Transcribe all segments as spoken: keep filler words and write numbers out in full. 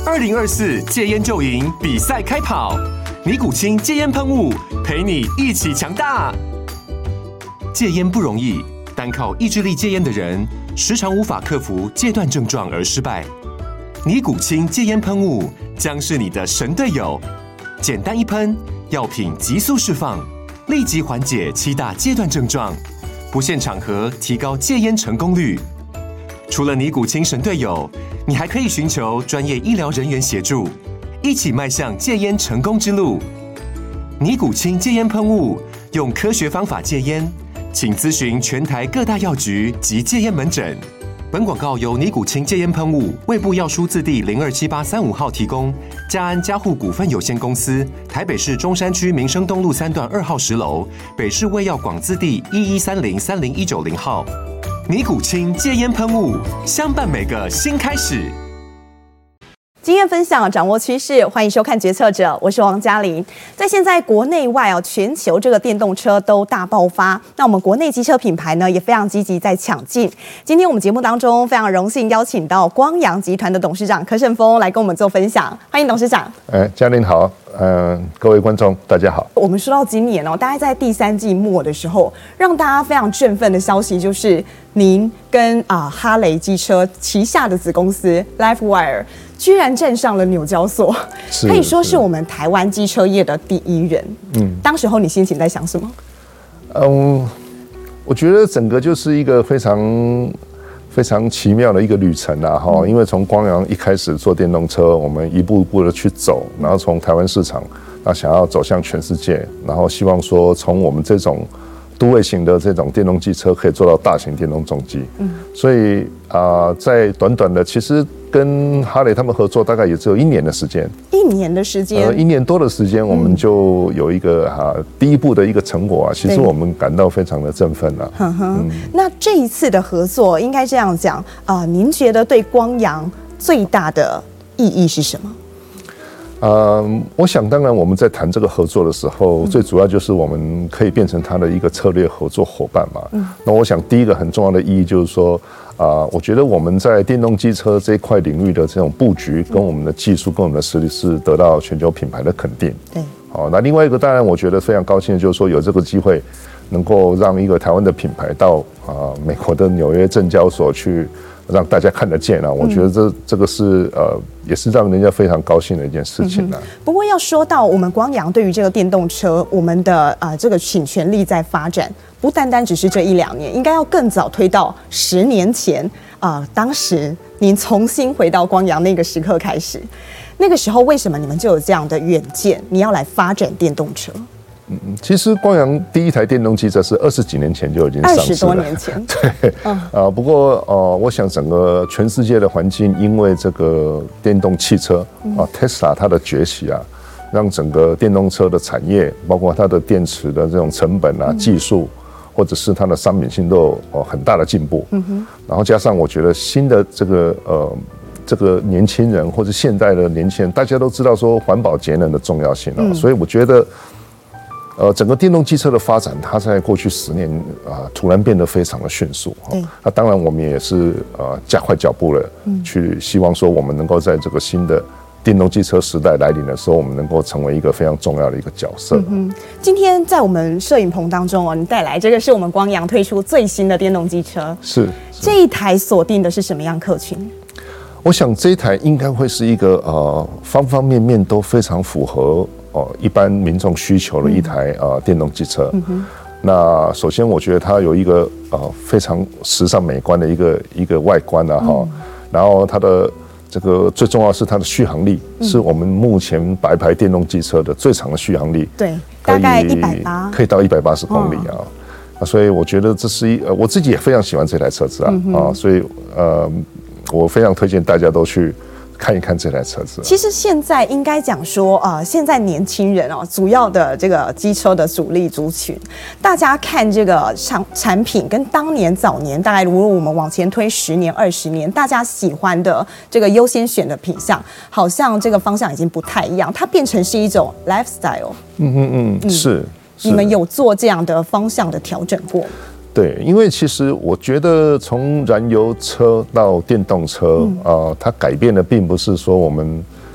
二零二四戒烟就赢比赛开跑，尼古清戒烟喷雾陪你一起强大。戒烟不容易，单靠意志力戒烟的人，时常无法克服戒断症状而失败。尼古清戒烟喷雾将是你的神队友，简单一喷，药品急速释放，立即缓解七大戒断症状，不限场合提高戒烟成功率。除了尼古清神队友，你还可以寻求专业医疗人员协助，一起迈向戒烟成功之路。尼古清戒烟喷雾，用科学方法戒烟，请咨询全台各大药局及戒烟门诊。本广告由尼古清戒烟喷雾、卫部药书字第零二七八三五号提供，嘉安嘉护股份有限公司，台北市中山区民生东路三段二号十楼，北市卫药广字第一一三零三零一九零号。尼古清戒烟喷雾，相伴每个新开始。 经验分享，掌握趋势，欢迎收看《决策者》，我是王嘉玲。在现在国内外啊，全球这个电动车都大爆发，那我们国内机车品牌呢也非常积极在抢进。今天我们节目当中非常荣幸邀请到光阳集团的董事长柯胜峰来跟我们做分享，欢迎董事长。 哎，嘉玲好，嗯、呃，各位观众大家好。我们说到今年哦，大概在第三季末的时候，让大家非常振奋的消息就是您跟啊、呃、哈雷机车旗下的子公司 LiveWire。居然站上了纽交所，可以说是我们台湾机车业的第一人。嗯，当时候你心情在想什么？ 嗯，我觉得整个就是一个非常非常奇妙的一个旅程啊！哈、嗯，因为从光阳一开始做电动车，我们一步一步的去走，然后从台湾市场，那想要走向全世界，然后希望说从我们这种都会型的这种电动机车可以做到大型电动重机。嗯，所以啊、呃，在短短的其实。跟哈雷他们合作大概也只有一年的时间， 一年的时间， 呃，一年多的时间，我们就有一个哈、啊、第一步的一个成果啊，其实我们感到非常的振奋了、啊。 嗯、那这一次的合作应该这样讲啊、呃，您觉得对光阳最大的意义是什么？ 呃，我想当然我们在谈这个合作的时候，嗯、最主要就是我们可以变成他的一个策略合作伙伴嘛。嗯、那我想第一个很重要的意义就是说。啊、呃，我觉得我们在电动机车这一块领域的这种布局，跟我们的技术、跟我们的实力是得到全球品牌的肯定。对，好、哦，那另外一个当然我觉得非常高兴的就是说有这个机会，能够让一个台湾的品牌到啊、呃、美国的纽约证交所去让大家看得见啊，我觉得这、嗯、这个是呃也是让人家非常高兴的一件事情啊。 嗯、不过要说到我们光阳对于这个电动车，我们的呃这个请全力在发展。不单单只是这一两年，应该要更早推到十年前啊、呃！当时您重新回到光阳那个时刻开始，那个时候为什么你们就有这样的远见？你要来发展电动车？ 嗯，其实光阳第一台电动机车是二十几年前就已经上市了， 二十多年前。 对，嗯、啊、呃，不过呃，我想整个全世界的环境，因为这个电动汽车啊 ，Tesla 它的崛起啊，让整个电动车的产业，包括它的电池的这种成本啊、技术。或者是它的商品性都有很大的进步，嗯哼，然后加上我觉得新的这个呃这个年轻人或者现代的年轻人，大家都知道说环保节能的重要性哦，嗯、所以我觉得呃整个电动机车的发展，它在过去十年啊、呃、突然变得非常的迅速，嗯，那当然我们也是呃加快脚步了，嗯，去希望说我们能够在这个新的。电动机车时代来临的时候，我们能够成为一个非常重要的一个角色。 嗯、今天在我们摄影棚当中哦，你带来这个是我们光阳推出最新的电动机车， 是, 是这一台锁定的是什么样客群？ 我想这一台应该会是一个呃方方面面都非常符合哦、呃、一般民众需求的一台、嗯、呃电动机车。嗯哼。那首先我觉得它有一个呃非常时尚美观的一个一个外观啊哈，嗯、然后它的。这个最重要的是它的续航力，嗯、是我们目前白牌电动机车的最长的续航力， 对，大概一百八， 可以到一百八十公里啊。哦、啊，所以我觉得这是一，呃，我自己也非常喜欢这台车子啊，嗯、啊，所以呃，我非常推荐大家都去。看一看这台车子。 其实现在应该讲说，呃，现在年轻人哦，主要的这个机车的主力族群，大家看这个产产品跟当年早年，大概如果我们往前推十年、二十年，大家喜欢的这个优先选的品项，好像这个方向已经不太一样，它变成是一种 lifestyle。 嗯嗯嗯，嗯是。 你们有做这样的方向的调整过吗？ 对，因为其实我觉得从燃油车到电动车，嗯、呃，它改变的并不是说我们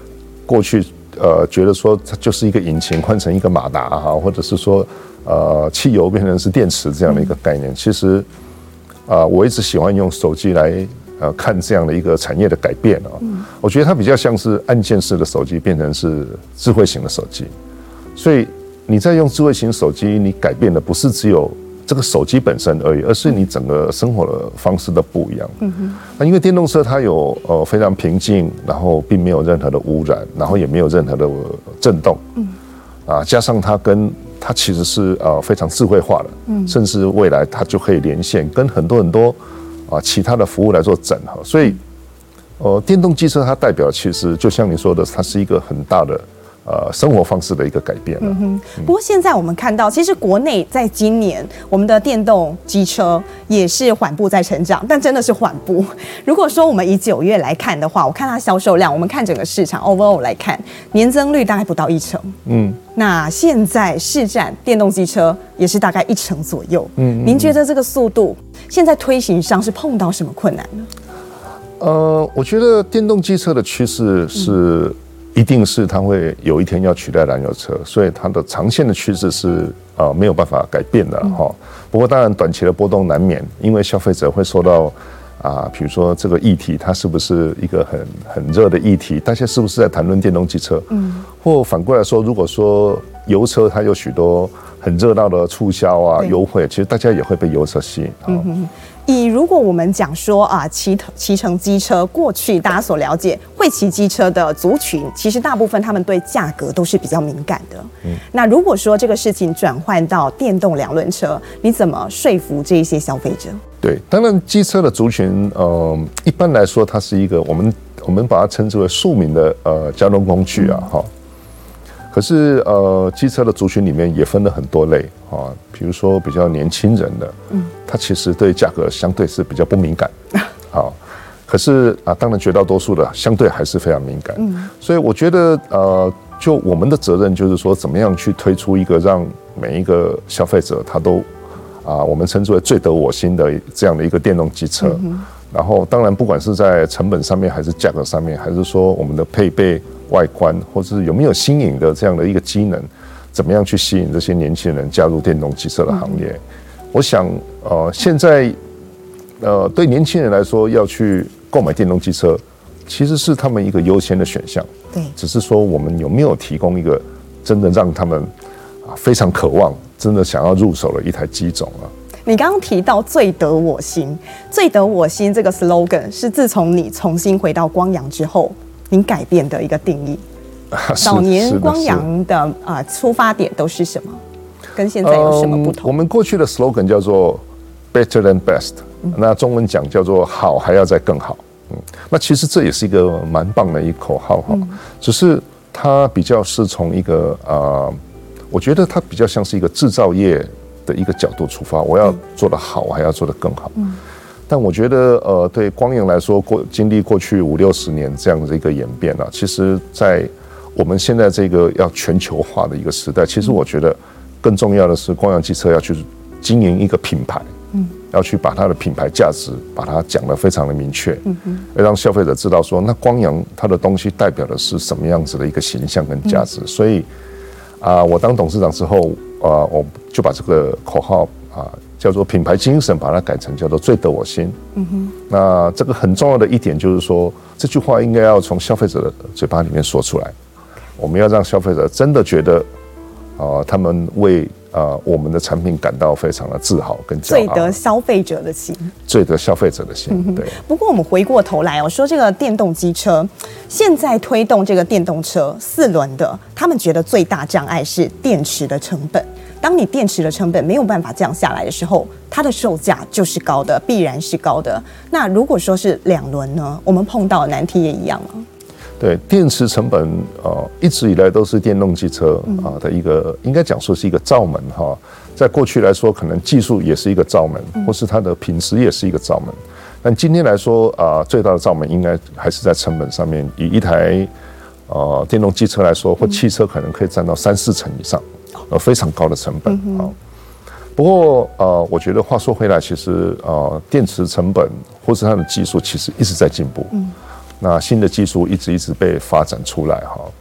过去呃觉得说它就是一个引擎换成一个马达哈，或者是说呃汽油变成是电池这样的一个概念。其实啊、呃，我一直喜欢用手机来呃看这样的一个产业的改变啊、哦。我觉得它比较像是按键式的手机变成是智慧型的手机，所以你在用智慧型手机，你改变的不是只有这个手机本身而已，而是你整个生活的方式都不一样。嗯哼。那因为电动车它有呃非常平静，然后并没有任何的污染，然后也没有任何的震动。嗯。啊，加上它跟它其实是呃非常智慧化的，嗯，甚至未来它就可以连线跟很多很多啊其他的服务来做整合。所以，呃，电动机车它代表其实就像你说的，它是一个很大的。呃，生活方式的一个改变了。嗯哼。不过现在我们看到，其实国内在今年我们的电动机车也是缓步在成长，但真的是缓步。如果说我们以九月来看的话，我看它销售量，我们看整个市场 overall 来看，年增率大概不到一成。嗯。那现在市占电动机车也是大概一成左右。嗯。您觉得这个速度，现在推行上是碰到什么困难呢？ 呃，我觉得电动机车的趋势是。嗯一定是它会有一天要取代燃油车，所以它的长线的趋势是呃没有办法改变的哈。不过当然短期的波动难免，因为消费者会受到啊，比如说这个议题它是不是一个很很热的议题，大家是不是在谈论电动机车？嗯，或反过来说，如果说油车它有许多很热闹的促销啊优惠，其实大家也会被油车吸引。嗯哼。 以如果我们讲说啊，骑骑乘机车，过去大家所了解会骑机车的族群，其实大部分他们对价格都是比较敏感的。嗯，那如果说这个事情转换到电动两轮车，你怎么说服这一些消费者？ 对，当然机车的族群，呃，一般来说它是一个我们我们把它称之为庶民的呃交通工具啊，哈、嗯。可是呃，机车的族群里面也分了很多类啊，比如说比较年轻人的，嗯，他其实对价格相对是比较不敏感，好，可是啊，当然绝大多数的相对还是非常敏感，嗯，所以我觉得呃，就我们的责任就是说，怎么样去推出一个让每一个消费者他都啊，我们称之为最得我心的这样的一个电动机车，嗯、然后当然不管是在成本上面，还是价格上面，还是说我们的配备。外观，或是有没有新颖的这样的一个机能，怎么样去吸引这些年轻人加入电动机车的行列？嗯、我想，呃，现在，呃，对年轻人来说，要去购买电动机车，其实是他们一个优先的选项。对，只是说我们有没有提供一个真的让他们啊非常渴望、真的想要入手的一台机种啊？ 你刚刚提到最得我心，最得我心这个 slogan 是自从你重新回到光阳之后。您改变的一个定义，早年光阳的啊、呃、出发点都是什么？跟现在有什么不同？ 嗯、我们过去的 slogan 叫做 better than best，、嗯、那中文讲叫做好还要再更好。嗯，那其实这也是一个蛮棒的一口号哈，嗯、只是它比较是从一个啊、呃，我觉得它比较像是一个制造业的一个角度出发，我要做得好，我还要做得更好。嗯。但我觉得，呃，对光阳来说，过经历过去五六十年这样的一个演变啊，其实，在我们现在这个要全球化的一个时代，其实我觉得更重要的是，光阳机车要去经营一个品牌，嗯，要去把它的品牌价值把它讲得非常的明确，嗯嗯，要让消费者知道说，那光阳它的东西代表的是什么样子的一个形象跟价值。所以啊，我当董事长之后，啊，我就把这个口号啊。叫做品牌精神，把它改成叫做最得我心。嗯哼。那这个很重要的一点就是说，这句话应该要从消费者的嘴巴里面说出来。我们要让消费者真的觉得，啊、呃，他们为啊、呃、我们的产品感到非常的自豪跟骄傲。 最得消费者的心。 最得消费者的心。嗯、对。 不过我们回过头来哦，说这个电动机车，现在推动这个电动车四轮的，他们觉得最大障碍是电池的成本。当你电池的成本没有办法降下来的时候，它的售价就是高的，必然是高的。那如果说是两轮呢，我们碰到的难题也一样吗？ 对，电池成本呃一直以来都是电动机车啊的一个，应该讲说是一个罩门哈。在过去来说，可能技术也是一个罩门，或是它的品质也是一个罩门。但今天来说啊、呃，最大的罩门应该还是在成本上面。以一台呃电动机车来说，或汽车可能可以占到三四成以上。呃，非常高的成本啊、嗯。不过呃，我觉得话说回来，其实呃，电池成本或是它的技术其实一直在进步。嗯，那新的技术一直一直被发展出来哈。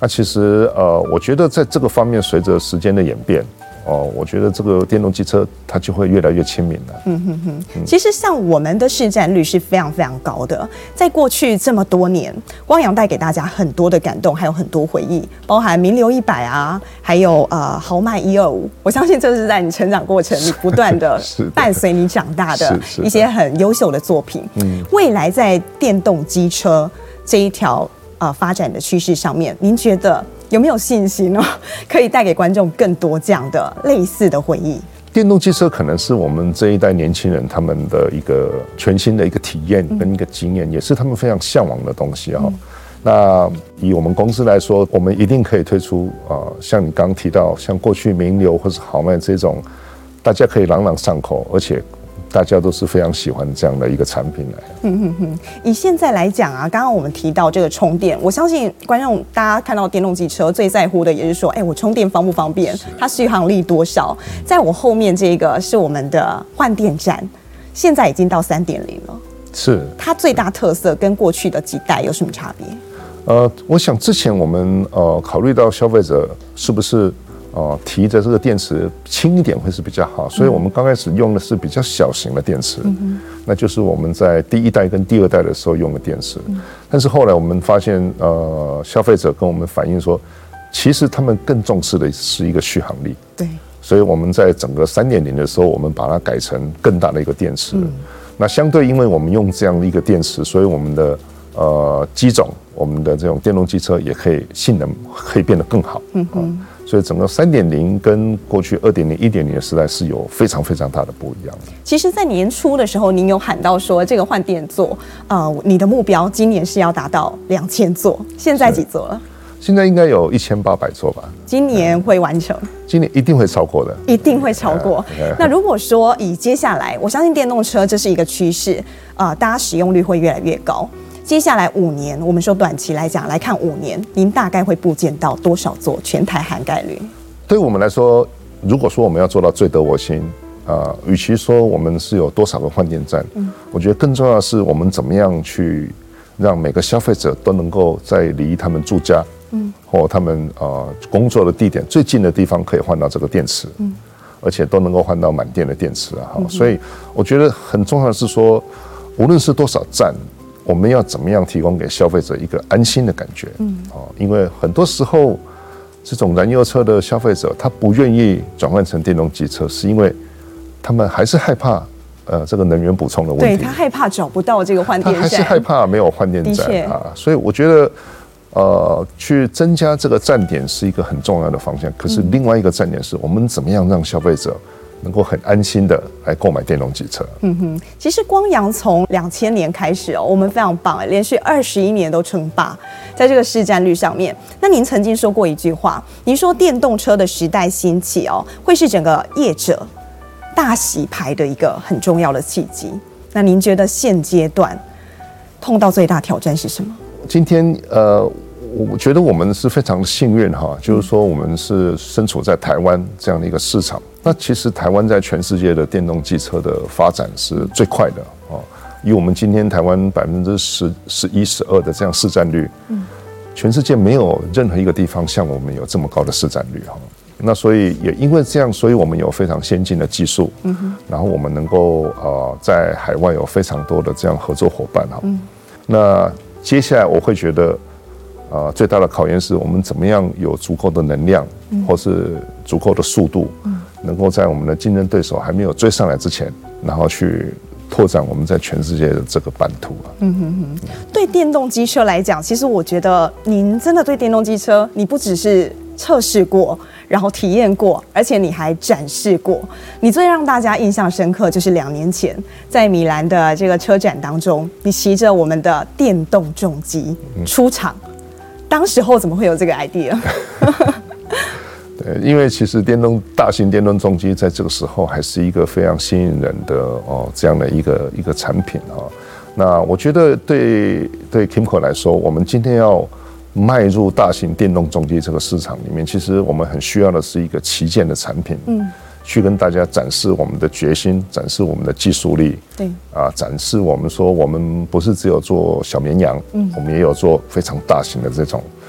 那其实呃，我觉得在这个方面，随着时间的演变，哦，我觉得这个电动机车它就会越来越亲民了。 嗯哼哼，嗯、其实像我们的市占率是非常非常高的，在过去这么多年，光阳带给大家很多的感动，还有很多回忆，包含名流一百啊，还有呃豪迈一二五，我相信这是在你成长过程你不断的伴随你长大的一些很优秀的作品。嗯，未来在电动机车这一条呃发展的趋势上面，您觉得有没有信心呢？可以带给观众更多这样的类似的回忆？ 电动机车可能是我们这一代年轻人他们的一个全新的一个体验跟一个经验，也是他们非常向往的东西哈、哦。那以我们公司来说，我们一定可以推出啊、呃，像你刚刚提到，像过去名流或是豪迈这种，大家可以朗朗上口，而且大家都是非常喜欢这样的一个产品来。 嗯哼哼，以现在来讲啊，刚刚我们提到这个充电，我相信观众大家看到电动机车最在乎的也是说，哎，我充电方不方便？它续航力多少？在我后面这个是我们的换电站，现在已经到三点零了。 是。 它最大特色跟过去的几代有什么差别？ 呃，我想之前我们呃考虑到消费者是不是呃提着这个电池轻一点会是比较好，所以我们刚开始用的是比较小型的电池，嗯、那就是我们在第一代跟第二代的时候用的电池。嗯、但是后来我们发现，呃，消费者跟我们反映说，其实他们更重视的是一个续航力。 对， 所以我们在整个三点零的时候，我们把它改成更大的一个电池。嗯、那相对，因为我们用这样的一个电池，所以我们的呃机种，我们的这种电动机车也可以性能可以变得更好。嗯嗯。所以整个三点零跟过去二点零、一点零的时代是有非常非常大的不一样的。 其实，在年初的时候，您有喊到说这个换电座，呃，你的目标今年是要达到两千座，现在几座了？ 现在应该有一千八百座吧。 今年会完成？ 今年一定会超过的， 一定会超过。那如果说以接下来，我相信电动车这是一个趋势，呃，大家使用率会越来越高。接下来五年，我们说短期来讲来看五年，您大概会布建到多少座？全台涵盖率？ 对我们来说，如果说我们要做到最得我心，啊、呃，与其说我们是有多少个换电站，嗯，我觉得更重要的是我们怎么样去让每个消费者都能够在离他们住家，嗯，或他们呃工作的地点最近的地方可以换到这个电池，嗯，而且都能够换到满电的电池啊，嗯、所以我觉得很重要的是说，无论是多少站。我们要怎么样提供给消费者一个安心的感觉？嗯，哦，因为很多时候，这种燃油车的消费者他不愿意转换成电动机车，是因为他们还是害怕呃这个能源补充的问题。 对，他害怕找不到这个换电站， 他还是害怕没有换电站啊。所以我觉得，呃，去增加这个站点是一个很重要的方向。可是另外一个站点是我们怎么样让消费者能够很安心的来购买电动机车。 嗯哼，其实光阳从两千年开始哦，我们非常棒哎，连续二十一年都称霸在这个市占率上面。那您曾经说过一句话，您说电动车的时代兴起哦，会是整个业者大洗牌的一个很重要的契机。那您觉得现阶段碰到最大挑战是什么？ 今天呃。我觉得我们是非常幸运哈，就是说我们是身处在台湾这样的一个市场。那其实台湾在全世界的电动机车的发展是最快的哦。以我们今天台湾百分之十、十一、十二的这样市占率，全世界没有任何一个地方像我们有这么高的市占率哈。那所以也因为这样，所以我们有非常先进的技术，然后我们能够呃在海外有非常多的这样合作伙伴哈。那接下来我会觉得。呃，最大的考验是我们怎么样有足够的能量，或是足够的速度，能够在我们的竞争对手还没有追上来之前，然后去拓展我们在全世界的这个版图啊。嗯哼哼。对电动机车来讲，其实我觉得您真的对电动机车，你不只是测试过，然后体验过，而且你还展示过。你最让大家印象深刻就是两年前在米兰的这个车展当中，你骑着我们的电动重机出场。嗯，当时候怎么会有这个 idea？ 对，因为其实电动大型电动重机在这个时候还是一个非常吸引人的哦这样的一个一个产品啊。那我觉得对对 Kymco 来说，我们今天要迈入大型电动重机这个市场里面，其实我们很需要的是一个旗舰的产品。嗯。去跟大家展示我们的决心，展示我们的技术力，对啊，展示我们说我们不是只有做小绵羊，嗯，我们也有做非常大型的这种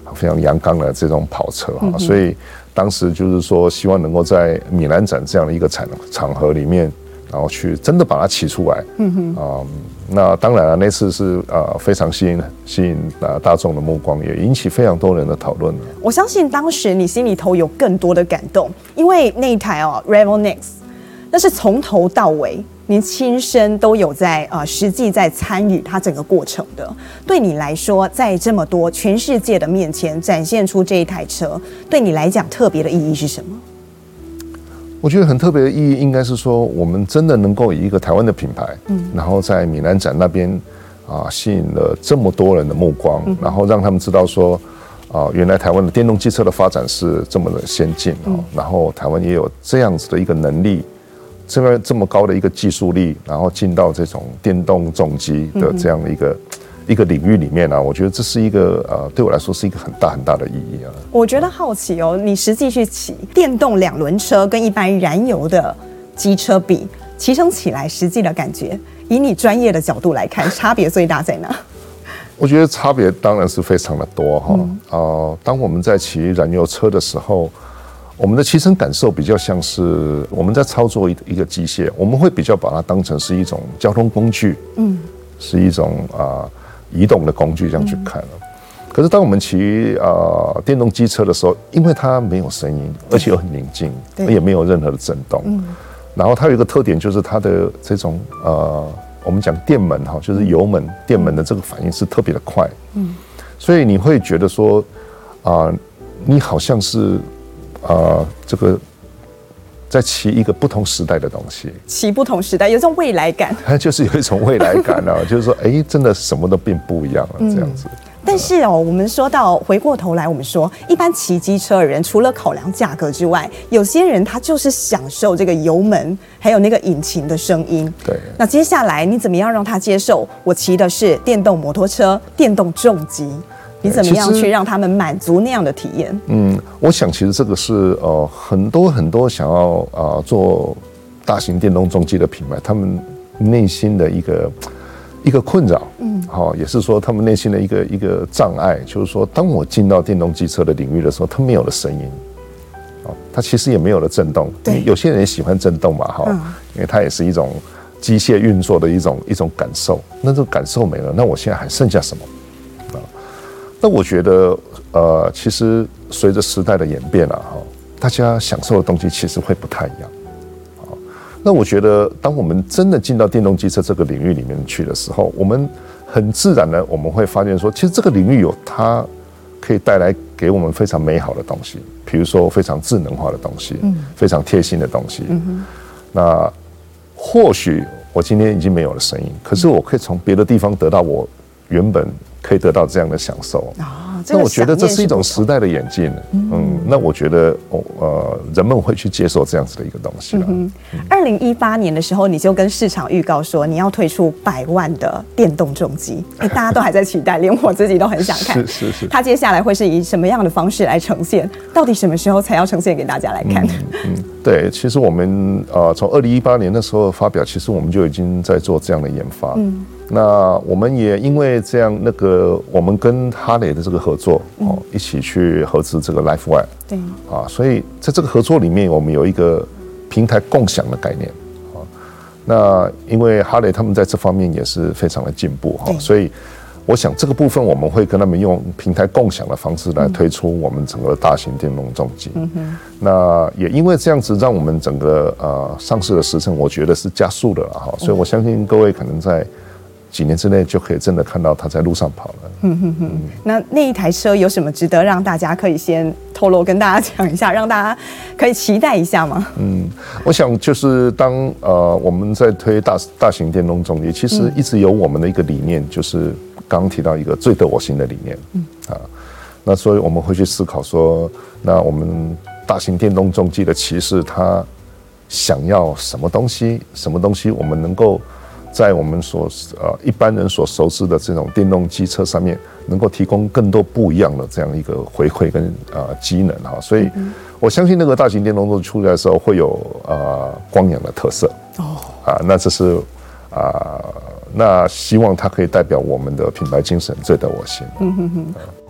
非常阳刚的这种跑车哈，所以当时就是说希望能够在米兰展这样的一个场场合里面，然后去真的把它骑出来。嗯哼，啊、呃，那当然了，那次是呃非常吸引吸引呃大众的目光，也引起非常多人的讨论。 我相信当时你心里头有更多的感动，因为那一台哦 Revo Nex， 那是从头到尾。您亲身都有在呃实际在参与它整个过程的，对你来说，在这么多全世界的面前展现出这一台车，对你来讲特别的意义是什么？ 我觉得很特别的意义应该是说，我们真的能够以一个台湾的品牌，嗯，然后在米兰展那边啊吸引了这么多人的目光，嗯、然后让他们知道说，啊，原来台湾的电动汽车的发展是这么的先进啊，嗯、然后台湾也有这样子的一个能力。这么这么高的一个技术力，然后进到这种电动重机的这样的一个、嗯、一个领域里面啊，我觉得这是一个呃，对我来说是一个很大很大的意义啊。 我觉得好奇哦，你实际去骑电动两轮车跟一般燃油的机车比，骑乘起来实际的感觉，以你专业的角度来看，差别最大在哪？ 我觉得差别当然是非常的多哈。嗯、呃，当我们在骑燃油车的时候。我们的骑乘感受比较像是我们在操作一个机械，我们会比较把它当成是一种交通工具，嗯，是一种啊、呃、移动的工具这样去看了。嗯、可是当我们骑啊、呃、电动机车的时候，因为它没有声音，而且又很宁静，也没有任何的震动，嗯，然后它有一个特点就是它的这种呃我们讲电门哈，就是油门电门的这个反应是特别的快，嗯，所以你会觉得说啊、呃、你好像是。啊、呃，这个在骑一个不同时代的东西， 骑不同时代有一种未来感， 就是有一种未来感啊，就是说，哎，真的什么都变不一样了，这样子。嗯、 但是哦，我们说到回过头来，我们说，一般骑机车的人，除了考量价格之外，有些人他就是享受这个油门还有那个引擎的声音。 对。 那接下来你怎么样让他接受？我骑的是电动摩托车、电动重机。你怎么样去让他们满足那样的体验？嗯， 我想其实这个是呃很多很多想要啊、呃、做大型电动重机的品牌，他们内心的一个一个困扰，嗯，好、哦，也是说他们内心的一个一个障碍，就是说，当我进到电动机车的领域的时候，它没有了声音，哦，它其实也没有了震动。对，有些人也喜欢震动嘛，哈、哦，嗯、因为它也是一种机械运作的一种一种感受。那这个感受没了，那我现在还剩下什么？那我觉得，呃，其实随着时代的演变啊，哈，大家享受的东西其实会不太一样。好，那我觉得，当我们真的进到电动机车这个领域里面去的时候，我们很自然的我们会发现说，其实这个领域有它可以带来给我们非常美好的东西，比如说非常智能化的东西，嗯，非常贴心的东西。嗯哼，那或许我今天已经没有了声音，可是我可以从别的地方得到我原本可以得到这样的享受。哦，那我觉得这是一种时代的演进。嗯, 嗯，那我觉得呃，人们会去接受这样子的一个东西了。嗯， 二零一八年的时候，你就跟市场预告说你要推出百万的电动重机，哎，大家都还在期待，连我自己都很想看。 是是是。 它接下来会是以什么样的方式来呈现？到底什么时候才要呈现给大家来看？嗯, 嗯，对，其实我们呃从二零一八年那时候发表，其实我们就已经在做这样的研发。嗯。那我们也因为这样，那个我们跟哈雷的这个合作哦，嗯、一起去合资这个 LifeWire， 对啊，所以在这个合作里面，我们有一个平台共享的概念啊。那因为哈雷他们在这方面也是非常的进步哈，所以我想这个部分我们会跟他们用平台共享的方式来推出我们整个大型电动重机。嗯哼，那也因为这样子，让我们整个呃上市的时程，我觉得是加速的了哈。所以我相信各位可能在几年之内就可以真的看到它在路上跑了。嗯哼哼。 那那一台车有什么值得让大家可以先透露跟大家讲一下，让大家可以期待一下吗？嗯， 我想就是当呃我们在推大大型电动重机，其实一直有我们的一个理念，就是刚刚提到一个最得我心的理念。嗯啊，那所以我们会去思考说，那我们大型电动重机的骑士他想要什么东西？什么东西我们能够在我们所呃一般人所熟知的这种电动机车上面，能够提供更多不一样的这样一个回馈跟呃机能哈，所以我相信那个大型电动车出来的时候会有呃光阳的特色哦啊，那这是啊、呃、那希望它可以代表我们的品牌精神最得我心。嗯哼哼。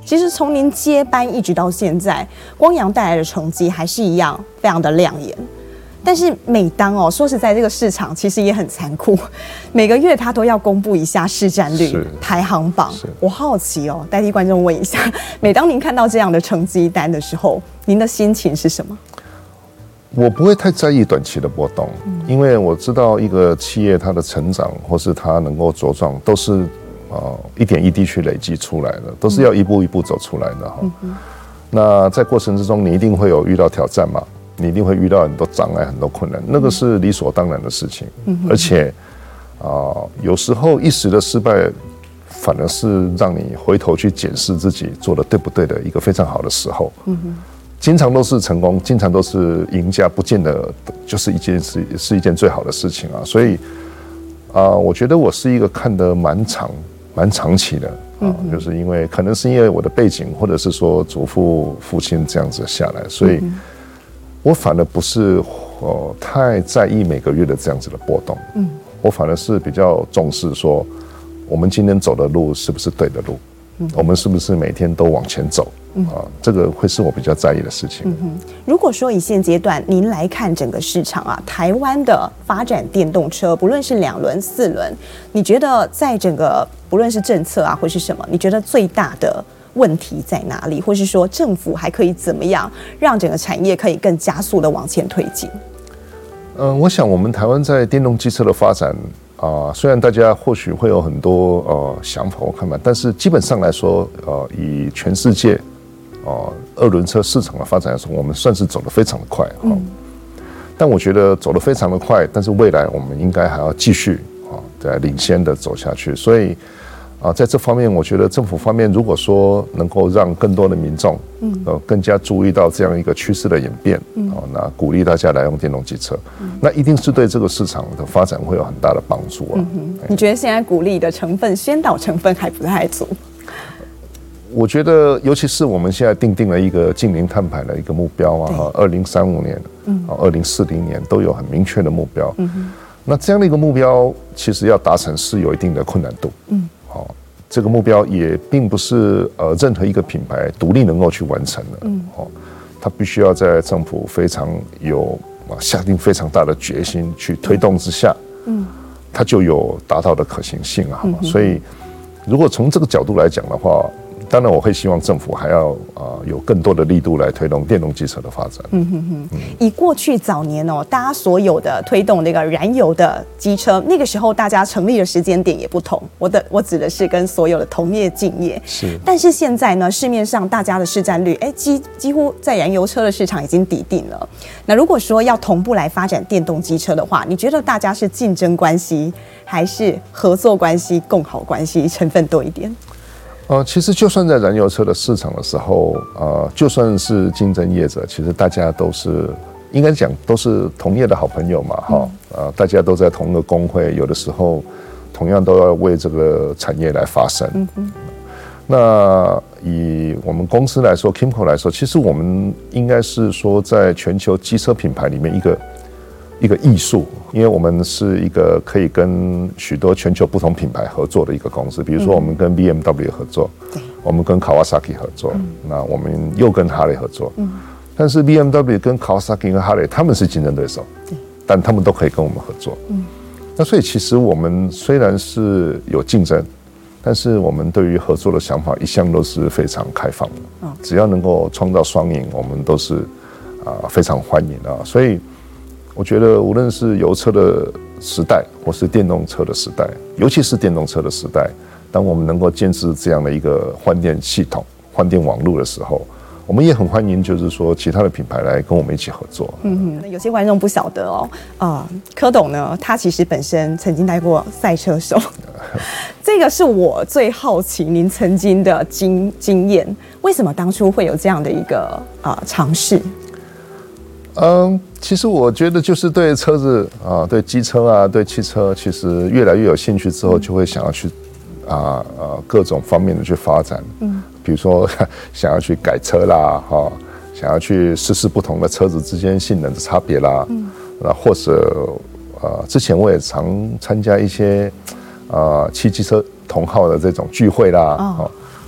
其实从您接班一直到现在，光阳带来的成绩还是一样非常的亮眼。但是每当哦，说实在，这个市场其实也很残酷，每个月他都要公布一下市占率排行榜。我好奇哦，代替观众问一下，每当您看到这样的成绩单的时候，您的心情是什么？ 我不会太在意短期的波动，嗯、因为我知道一个企业它的成长或是它能够茁壮，都是呃一点一滴去累积出来的，都是要一步一步走出来的哈。嗯、那在过程之中，你一定会有遇到挑战嘛？你一定会遇到很多障碍、很多困难，那个是理所当然的事情。而且，啊、呃，有时候一时的失败，反而是让你回头去检视自己做的对不对的一个非常好的时候。经常都是成功，经常都是赢家，不见得就是一件事，是一件最好的事情啊。所以，啊、呃，我觉得我是一个看得蛮长、蛮长期的啊，就是因为可能是因为我的背景，或者是说祖父、父亲这样子下来，所以。我反而不是呃太在意每个月的这样子的波动，嗯，我反而是比较重视说，我们今天走的路是不是对的路，嗯，我们是不是每天都往前走，嗯啊，这个会是我比较在意的事情。嗯哼，如果说以现阶段您来看整个市场啊，台湾的发展电动车，不论是两轮、四轮，你觉得在整个不论是政策啊或是什么，你觉得最大的问题在哪里，或是说政府还可以怎么样让整个产业可以更加速的往前推进？ 嗯、呃，我想我们台湾在电动机车的发展啊、呃，虽然大家或许会有很多呃想法或看法，但是基本上来说，呃，以全世界呃二轮车市场的发展来说，我们算是走得非常的快哈、嗯。但我觉得走得非常的快，但是未来我们应该还要继续啊，在领先的走下去，所以。啊，在这方面，我觉得政府方面，如果说能够让更多的民众，嗯，呃，更加注意到这样一个趋势的演变，嗯，哦，那鼓励大家来用电动机车，嗯，那一定是对这个市场的发展会有很大的帮助啊。嗯哼， 你觉得现在鼓励的成分、宣导成分还不太足？ 我觉得，尤其是我们现在定定了一个净零碳排的一个目标啊，二零三五年，嗯，二零四零年都有很明确的目标。嗯哼，那这样的一个目标，其实要达成是有一定的困难度。嗯。好，这个目标也并不是呃任何一个品牌独立能够去完成的，嗯，哦，它必须要在政府非常有啊下定非常大的决心去推动之下，嗯，它就有达到的可行性啊。所以，如果从这个角度来讲的话，当然我会希望政府还要啊、呃、有更多的力度来推动电动机车的发展。嗯哼哼，嗯，以过去早年哦，大家所有的推动那个燃油的机车，那个时候大家成立的时间点也不同。我的我指的是跟所有的同业竞业。 是。 但是现在呢，市面上大家的市占率，哎，几几乎在燃油车的市场已经底定了。那如果说要同步来发展电动机车的话，你觉得大家是竞争关系，还是合作关系、共好关系成分多一点？ 呃，其实就算在燃油车的市场的时候，呃，就算是竞争业者，其实大家都是应该讲都是同业的好朋友嘛，哈、嗯，呃，大家都在同一个工会，有的时候同样都要为这个产业来发声。嗯嗯。那以我们公司来说 ，Kymco 来说，其实我们应该是说在全球机车品牌里面一个一个艺术，因为我们是一个可以跟许多全球不同品牌合作的一个公司，比如说我们跟 B M W 合作，嗯、我们跟 Kawasaki 合作，嗯、那我们又跟哈雷合作，嗯、但是 B M W 跟 Kawasaki 跟哈雷他们是竞争对手，但他们都可以跟我们合作，嗯、那所以其实我们虽然是有竞争，但是我们对于合作的想法一向都是非常开放的，嗯、只要能够创造双赢，我们都是啊、呃、非常欢迎啊，所以。我觉得无论是油车的时代，或是电动车的时代，尤其是电动车的时代，当我们能够建设这样的一个换电系统、换电网络的时候，我们也很欢迎，就是说其他的品牌来跟我们一起合作。 嗯哼，有些观众不晓得哦，啊、呃，柯董呢，他其实本身曾经待过赛车手，这个是我最好奇您曾经的经经验，为什么当初会有这样的一个啊尝试？ 嗯，其实我觉得就是对车子啊，对机车啊，对汽车，其实越来越有兴趣之后，就会想要去啊呃各种方面的去发展。嗯，比如说想要去改车啦，哈，想要去试试不同的车子之间性能的差别啦。嗯，那或者呃，之前我也常参加一些啊汽机车同好的这种聚会啦。哦，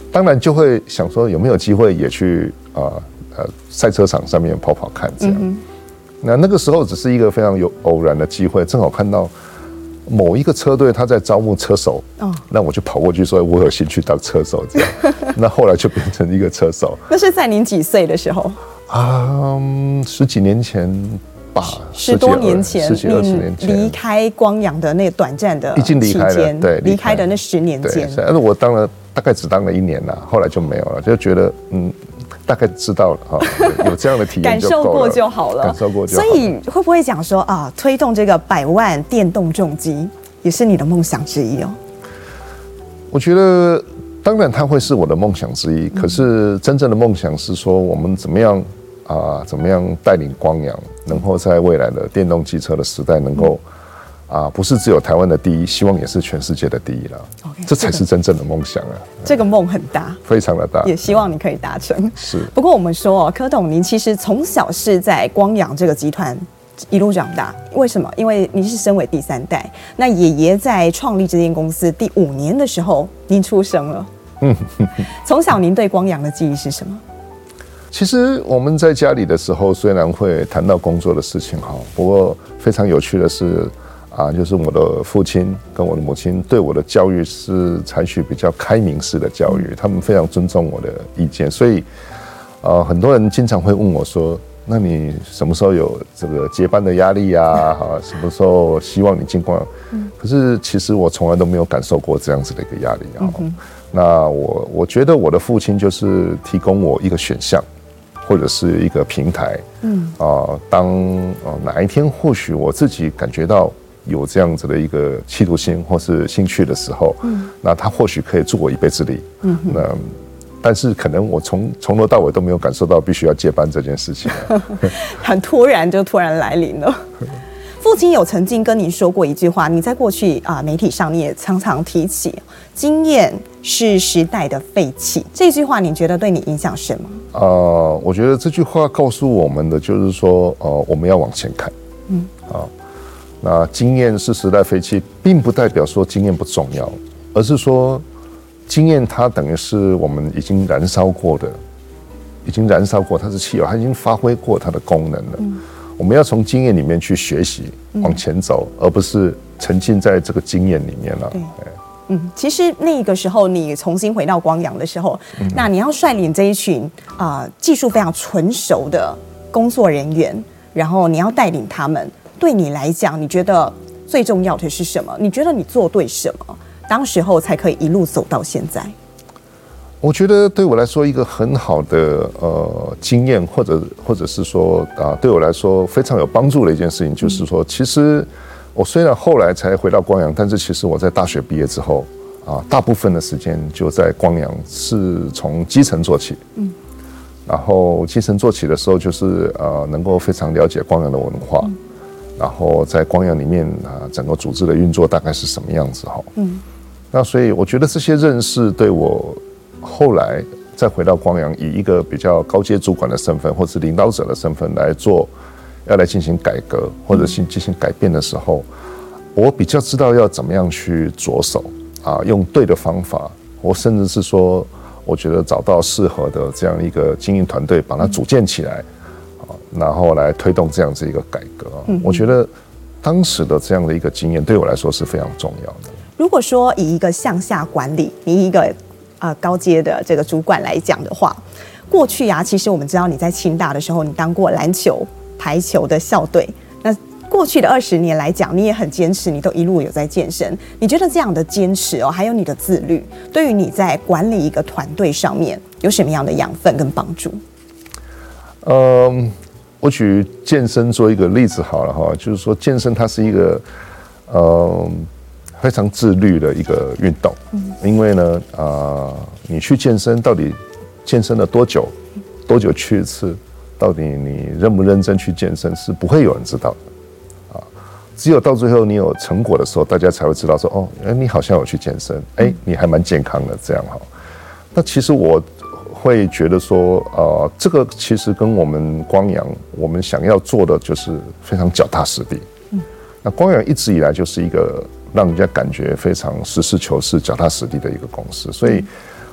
当然就会想说有没有机会也去啊呃赛车场上面跑跑看这样。嗯、那那个时候只是一个非常有偶然的机会，正好看到某一个车队他在招募车手，哦、那我就跑过去说我有兴趣当车手这样。那后来就变成一个车手。 那是在您几岁的时候？ 啊、嗯，十几年前吧， 十多年前， 十几二十年前离开光阳的那个短暂的已经离开了，对， 离开的那十年间。 但是我当了大概只当了一年啦，后来就没有了，就觉得嗯。大概知道了哈，有这样的体验就够了， 感受过就好了， 感受过就好了。 所以会不会讲说啊，推动这个百万电动重机也是你的梦想之一哦？ 我觉得当然它会是我的梦想之一，可是真正的梦想是说我们怎么样啊，怎么样带领光阳，能够在未来的电动机车的时代能够。啊，不是只有台湾的第一，希望也是全世界的第一了。Okay, 这才是真正的梦想啊！ 这个梦很大， 非常的大， 也希望你可以达成。 是。 不过我们说哦，柯董您其实从小是在光阳这个集团一路长大，为什么？因为您是身为第三代，那爷爷在创立这间公司第五年的时候，您出生了。嗯。从小您对光阳的记忆是什么？ 其实我们在家里的时候，虽然会谈到工作的事情哈，不过非常有趣的是。啊，就是我的父亲跟我的母亲对我的教育是采取比较开明式的教育，他们非常尊重我的意见，所以，呃，很多人经常会问我说：“那你什么时候有这个接班的压力啊？哈，什么时候希望你进光？”可是其实我从来都没有感受过这样子的一个压力啊。那我我觉得我的父亲就是提供我一个选项，或者是一个平台。嗯啊，当呃哪一天或许我自己感觉到。有这样子的一个企图心或是兴趣的时候，嗯，那他或许可以助我一臂之力，嗯，那但是可能我从从头到尾都没有感受到必须要接班这件事情， 很突然就突然来临了。父亲有曾经跟你说过一句话，你在过去啊、呃、媒体上你也常常提起，经验是时代的废气。这句话你觉得对你影响什么？ 呃，我觉得这句话告诉我们的就是说，呃，我们要往前看，嗯，啊。那经验是时代废弃，并不代表说经验不重要，而是说经验它等于是我们已经燃烧过的，已经燃烧过，它是汽油，它已经发挥过它的功能了。嗯、我们要从经验里面去学习，往前走，嗯、而不是沉浸在这个经验里面了。 嗯，其实那个时候你重新回到光阳的时候，嗯、那你要率领这一群啊、呃、技术非常纯熟的工作人员，然后你要带领他们。对你来讲，你觉得最重要的是什么？你觉得你做对什么，当时候才可以一路走到现在？ 我觉得对我来说，一个很好的呃经验，或者或者是说啊，对我来说非常有帮助的一件事情，就是说，其实我虽然后来才回到光阳，但是其实我在大学毕业之后啊，大部分的时间就在光阳，是从基层做起。嗯。然后基层做起的时候，就是呃，能够非常了解光阳的文化。嗯，然后在光阳里面啊，整个组织的运作大概是什么样子哈？嗯，那所以我觉得这些认识对我后来再回到光阳，以一个比较高阶主管的身份，或是领导者的身份来做，要来进行改革或者进进行改变的时候，我比较知道要怎么样去着手啊，用对的方法，或甚至是说，我觉得找到适合的这样一个经营团队，把它组建起来。然后来推动这样子一个改革，嗯、我觉得当时的这样的一个经验对我来说是非常重要的。 如果说以一个向下管理，以一个呃高阶的这个主管来讲的话，过去啊，其实我们知道你在清大的时候，你当过篮球、排球的校队。那过去的二十年来讲，你也很坚持，你都一路有在健身。你觉得这样的坚持哦，还有你的自律，对于你在管理一个团队上面有什么样的养分跟帮助？ 嗯。我举健身做一个例子好了哈，就是说健身它是一个呃非常自律的一个运动，嗯、因为呢啊、呃，你去健身到底健身了多久，多久去一次，到底你认不认真去健身是不会有人知道的啊，只有到最后你有成果的时候，大家才会知道说哦，哎，你好像有去健身，哎，你还蛮健康的这样哈。那其实我。会觉得说，呃，这个其实跟我们光阳，我们想要做的就是非常脚踏实地。嗯，那光阳一直以来就是一个让人家感觉非常实事求是、脚踏实地的一个公司，所以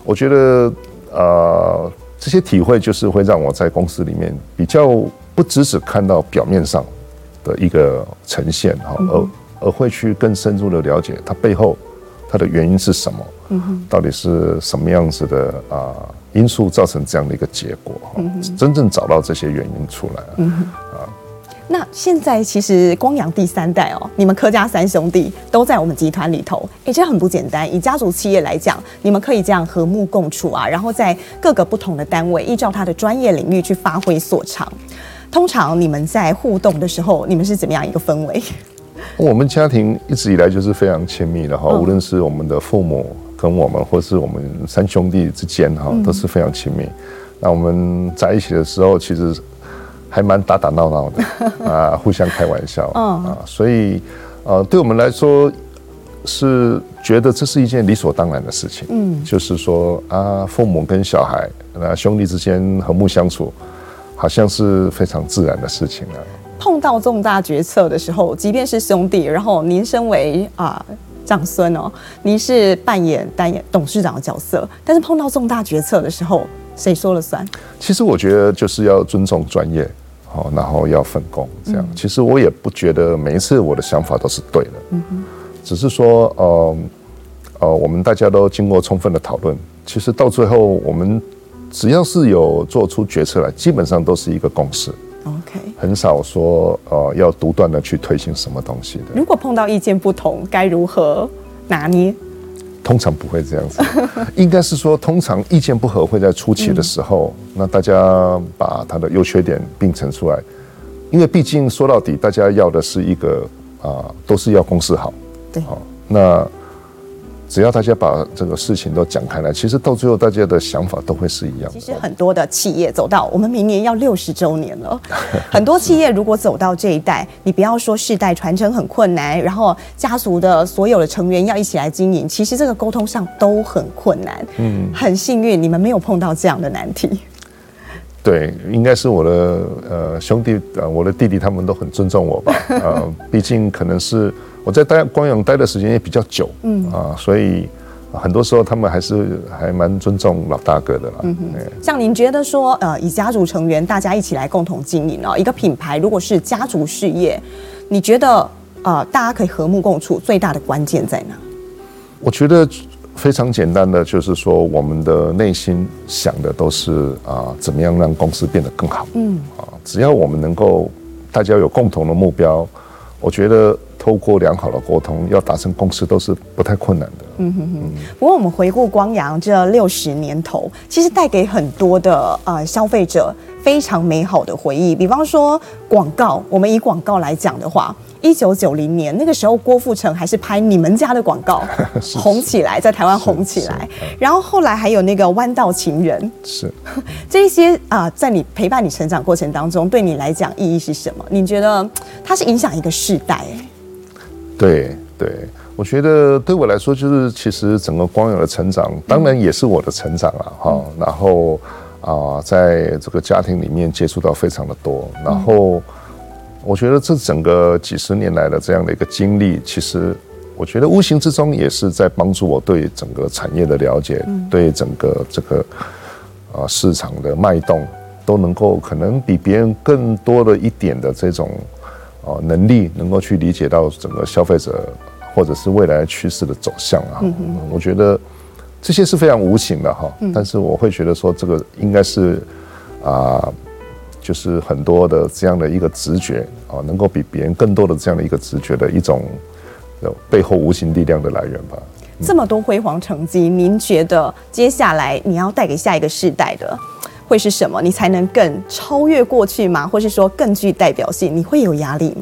我觉得呃这些体会就是会让我在公司里面比较不只只看到表面上的一个呈现哈，而而会去更深入的了解它背后它的原因是什么，嗯、到底是什么样子的啊、呃、因素造成这样的一个结果，嗯、真正找到这些原因出来，嗯啊。 那现在其实光阳第三代哦，你们柯家三兄弟都在我们集团里头，哎，这很不简单。以家族企业来讲，你们可以这样和睦共处啊，然后在各个不同的单位，依照他的专业领域去发挥所长。通常你们在互动的时候，你们是怎么样一个氛围？ 我们家庭一直以来就是非常亲密的哈，无论是我们的父母跟我们，或是我们三兄弟之间哈，都是非常亲密。那我们在一起的时候，其实还蛮打打闹闹的啊，互相开玩笑啊，所以呃，对我们来说是觉得这是一件理所当然的事情。嗯，就是说啊，父母跟小孩、那兄弟之间和睦相处，好像是非常自然的事情啊。 碰到重大决策的时候，即便是兄弟，然后您身为啊、呃、长孙哦，您是扮演担演董事长的角色，但是碰到重大决策的时候，谁说了算？ 其实我觉得就是要尊重专业，好，然后要分工，这样。嗯、其实我也不觉得每一次我的想法都是对的，嗯、只是说呃呃，我们大家都经过充分的讨论，其实到最后我们只要是有做出决策来，基本上都是一个共识。 OK， 很少说呃要独断的去推行什么东西的。如果碰到意见不同，该如何拿捏？ 通常不会这样子，应该是说，通常意见不合会在初期的时候，嗯、那大家把它的优缺点并陈出来，因为毕竟说到底，大家要的是一个啊、呃，都是要公事好。 对， 好，那只要大家把这个事情都讲开来，其实到最后大家的想法都会是一样的。 其实很多的企业走到我们明年要六十周年了，很多企业如果走到这一代，你不要说世代传承很困难，然后家族的所有的成员要一起来经营，其实这个沟通上都很困难。嗯，很幸运你们没有碰到这样的难题。 对，应该是我的呃兄弟呃我的弟弟他们都很尊重我吧，呃，毕竟可能是我在待光阳待的时间也比较久，嗯啊、呃，所以很多时候他们还是还蛮尊重老大哥的啦。嗯哼， 像您觉得说，呃，以家族成员大家一起来共同经营哦，一个品牌如果是家族事业，你觉得呃大家可以和睦共处，最大的关键在哪？ 我觉得非常简单的，就是说我们的内心想的都是啊、呃，怎么样让公司变得更好。嗯啊，只要我们能够大家有共同的目标，我觉得透过良好的沟通，要达成共识都是不太困难的。嗯哼哼。 不过我们回顾光阳这六十年头，其实带给很多的呃消费者非常美好的回忆。比方说广告，我们以广告来讲的话，一九九零年那个时候，郭富城还是拍你们家的广告红起来，在台湾红起来。然后后来还有那个弯道情人， 是这些啊、呃，在你陪伴你成长过程当中，对你来讲意义是什么？你觉得它是影响一个世代？ 对对，我觉得对我来说，就是其实整个光阳的成长，当然也是我的成长了哈。嗯、然后啊、呃，在这个家庭里面接触到非常的多，然后我觉得这整个几十年来的这样的一个经历，其实我觉得无形之中也是在帮助我对整个产业的了解，嗯、对整个这个啊、呃、市场的脉动，都能够可能比别人更多的一点的这种。哦，能力能够去理解到整个消费者或者是未来趋势的走向啊，嗯、我觉得这些是非常无形的哈，嗯、但是我会觉得说这个应该是啊、呃，就是很多的这样的一个直觉啊，能够比别人更多的这样的一个直觉的一种背后无形力量的来源吧。 嗯、这么多辉煌成绩，您觉得接下来你要带给下一个世代的？会是什么？你才能更超越过去吗？或是说更具代表性？你会有压力吗？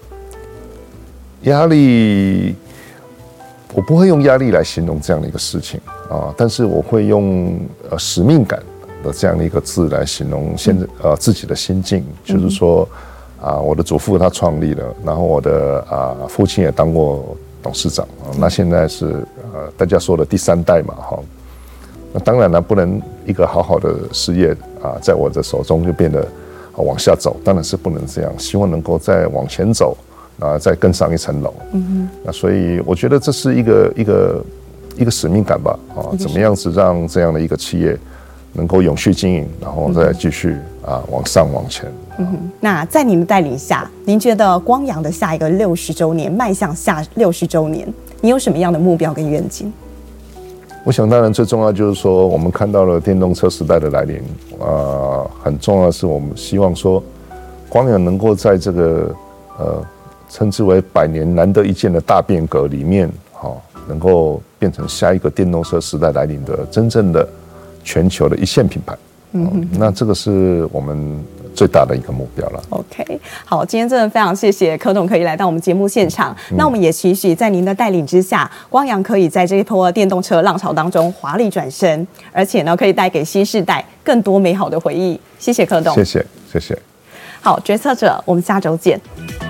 压力，我不会用压力来形容这样的一个事情啊，但是我会用呃使命感的这样的一个字来形容现在呃自己的心境，就是说啊，我的祖父他创立了，然后我的啊父亲也当过董事长，那现在是呃大家说的第三代嘛，哈。那当然了，不能一个好好的事业啊，在我的手中就变得往下走，当然是不能这样。希望能够再往前走，啊，再更上一层楼。嗯哼。那所以我觉得这是一个一个一个使命感吧，啊，怎么样子让这样的一个企业能够永续经营，然后再继续啊往上往前。 嗯哼，那在您的带领下，您觉得光阳的下一个六十周年，迈向下六十周年，你有什么样的目标跟愿景？ 我想，当然最重要就是说，我们看到了电动车时代的来临，呃，很重要的是，我们希望说，光阳能够在这个呃称之为百年难得一见的大变革里面，好、哦，能够变成下一个电动车时代来临的真正的全球的一线品牌。嗯、哦，那这个是我们最大的一个目标了。 OK， 好，今天真的非常谢谢柯董可以来到我们节目现场。嗯、那我们也期许在您的带领之下，光阳可以在这一波电动车浪潮当中华丽转身，而且呢，可以带给新世代更多美好的回忆。谢谢柯董， 谢谢，谢谢。 好，决策者，我们下周见。